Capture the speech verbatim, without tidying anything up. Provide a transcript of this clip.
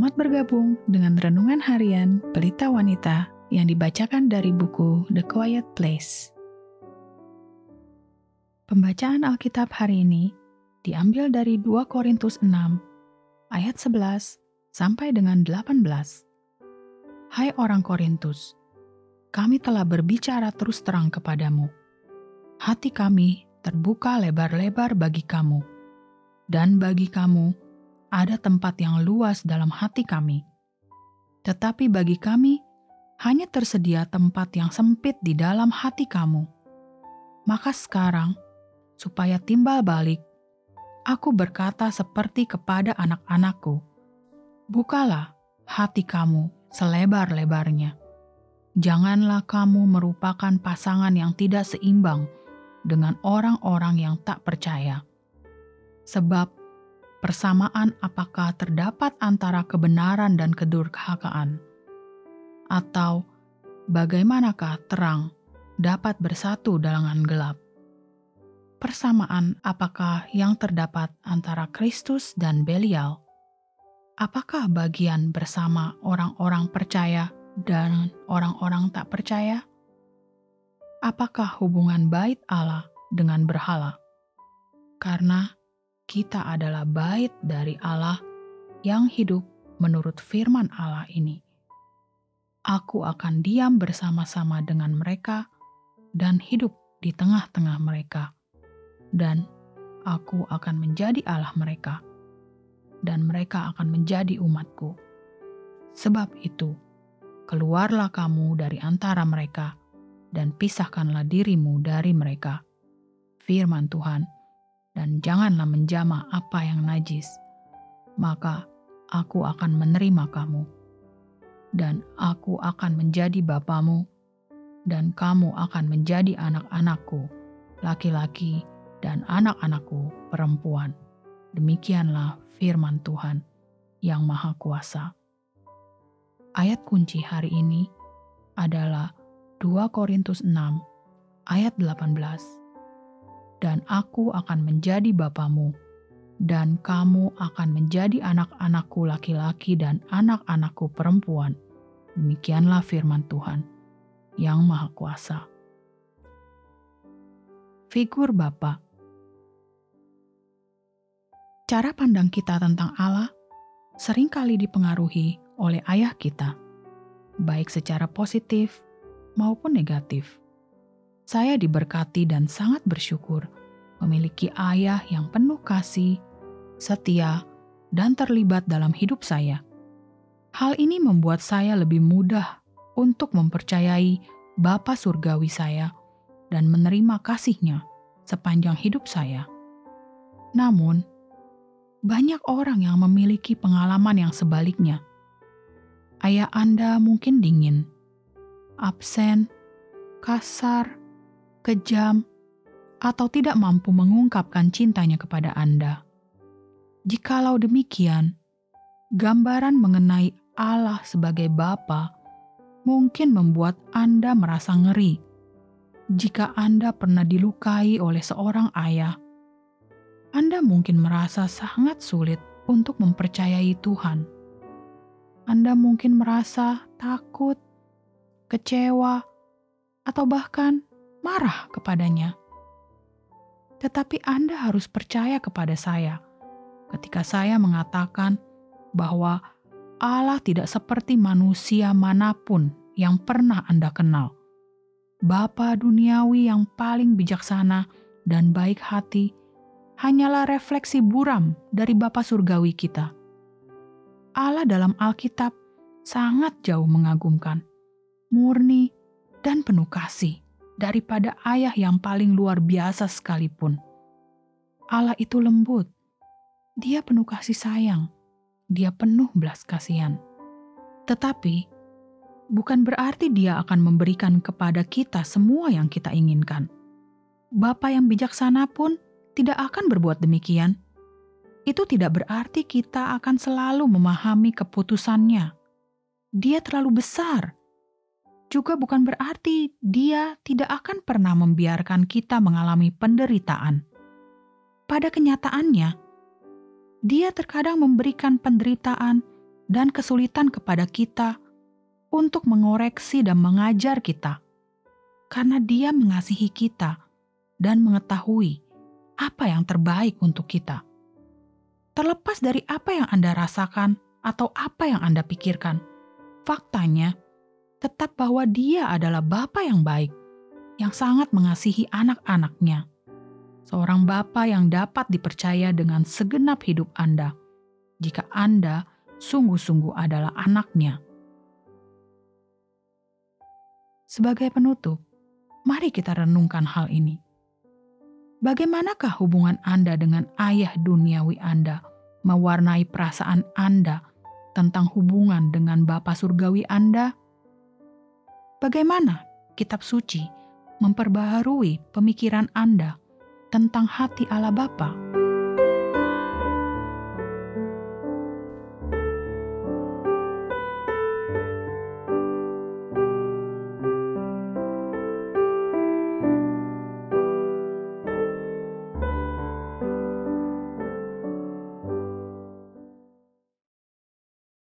Selamat bergabung dengan Renungan Harian Pelita Wanita yang dibacakan dari buku The Quiet Place. Pembacaan Alkitab hari ini diambil dari dua Korintus enam ayat sebelas sampai dengan delapan belas. Hai orang Korintus, kami telah berbicara terus terang kepadamu. Hati kami terbuka lebar-lebar bagi kamu, dan bagi kamu ada tempat yang luas dalam hati kami. Tetapi bagi kami, hanya tersedia tempat yang sempit di dalam hati kamu. Maka sekarang, supaya timbal balik, aku berkata seperti kepada anak-anakku, bukalah hati kamu selebar-lebarnya. Janganlah kamu merupakan pasangan yang tidak seimbang dengan orang-orang yang tak percaya. Sebab persamaan apakah terdapat antara kebenaran dan kedurhakaan? Atau bagaimanakah terang dapat bersatu dengan gelap? Persamaan apakah yang terdapat antara Kristus dan Belial? Apakah bagian bersama orang-orang percaya dan orang-orang tak percaya? Apakah hubungan bait Allah dengan berhala? Karena kita adalah bait dari Allah yang hidup menurut firman Allah ini. Aku akan diam bersama-sama dengan mereka dan hidup di tengah-tengah mereka. Dan aku akan menjadi Allah mereka, dan mereka akan menjadi umatku. Sebab itu, keluarlah kamu dari antara mereka, dan pisahkanlah dirimu dari mereka. Firman Tuhan. Dan janganlah menjamah apa yang najis, maka aku akan menerima kamu. Dan aku akan menjadi bapamu, dan kamu akan menjadi anak-anakku, laki-laki, dan anak-anakku perempuan. Demikianlah firman Tuhan yang Maha Kuasa. Ayat kunci hari ini adalah dua Korintus enam ayat delapan belas. Dan aku akan menjadi bapamu, dan kamu akan menjadi anak-anakku laki-laki dan anak-anakku perempuan. Demikianlah firman Tuhan yang Maha Kuasa. Figur Bapa. Cara pandang kita tentang Allah seringkali dipengaruhi oleh ayah kita, baik secara positif maupun negatif. Saya diberkati dan sangat bersyukur memiliki ayah yang penuh kasih, setia, dan terlibat dalam hidup saya. Hal ini membuat saya lebih mudah untuk mempercayai Bapa Surgawi saya dan menerima kasih-Nya sepanjang hidup saya. Namun, banyak orang yang memiliki pengalaman yang sebaliknya. Ayah Anda mungkin dingin, absen, kasar, kejam, atau tidak mampu mengungkapkan cintanya kepada Anda. Jikalau demikian, gambaran mengenai Allah sebagai Bapa mungkin membuat Anda merasa ngeri. Jika Anda pernah dilukai oleh seorang ayah, Anda mungkin merasa sangat sulit untuk mempercayai Tuhan. Anda mungkin merasa takut, kecewa, atau bahkan marah kepadanya. Tetapi Anda harus percaya kepada saya ketika saya mengatakan bahwa Allah tidak seperti manusia manapun yang pernah Anda kenal. Bapa duniawi yang paling bijaksana dan baik hati hanyalah refleksi buram dari Bapa Surgawi kita. Allah dalam Alkitab sangat jauh mengagumkan, murni, dan penuh kasih daripada ayah yang paling luar biasa sekalipun. Allah itu lembut, Dia penuh kasih sayang, Dia penuh belas kasihan. Tetapi, bukan berarti Dia akan memberikan kepada kita semua yang kita inginkan. Bapa yang bijaksana pun tidak akan berbuat demikian. Itu tidak berarti kita akan selalu memahami keputusannya. Dia terlalu besar. Juga bukan berarti Dia tidak akan pernah membiarkan kita mengalami penderitaan. Pada kenyataannya, Dia terkadang memberikan penderitaan dan kesulitan kepada kita untuk mengoreksi dan mengajar kita, karena Dia mengasihi kita dan mengetahui apa yang terbaik untuk kita. Terlepas dari apa yang Anda rasakan atau apa yang Anda pikirkan, faktanya tetap bahwa Dia adalah Bapa yang baik, yang sangat mengasihi anak-anaknya. Seorang Bapa yang dapat dipercaya dengan segenap hidup Anda, jika Anda sungguh-sungguh adalah anaknya. Sebagai penutup, mari kita renungkan hal ini. Bagaimanakah hubungan Anda dengan ayah duniawi Anda mewarnai perasaan Anda tentang hubungan dengan Bapa surgawi Anda? Bagaimana kitab suci memperbaharui pemikiran Anda tentang hati Allah Bapa?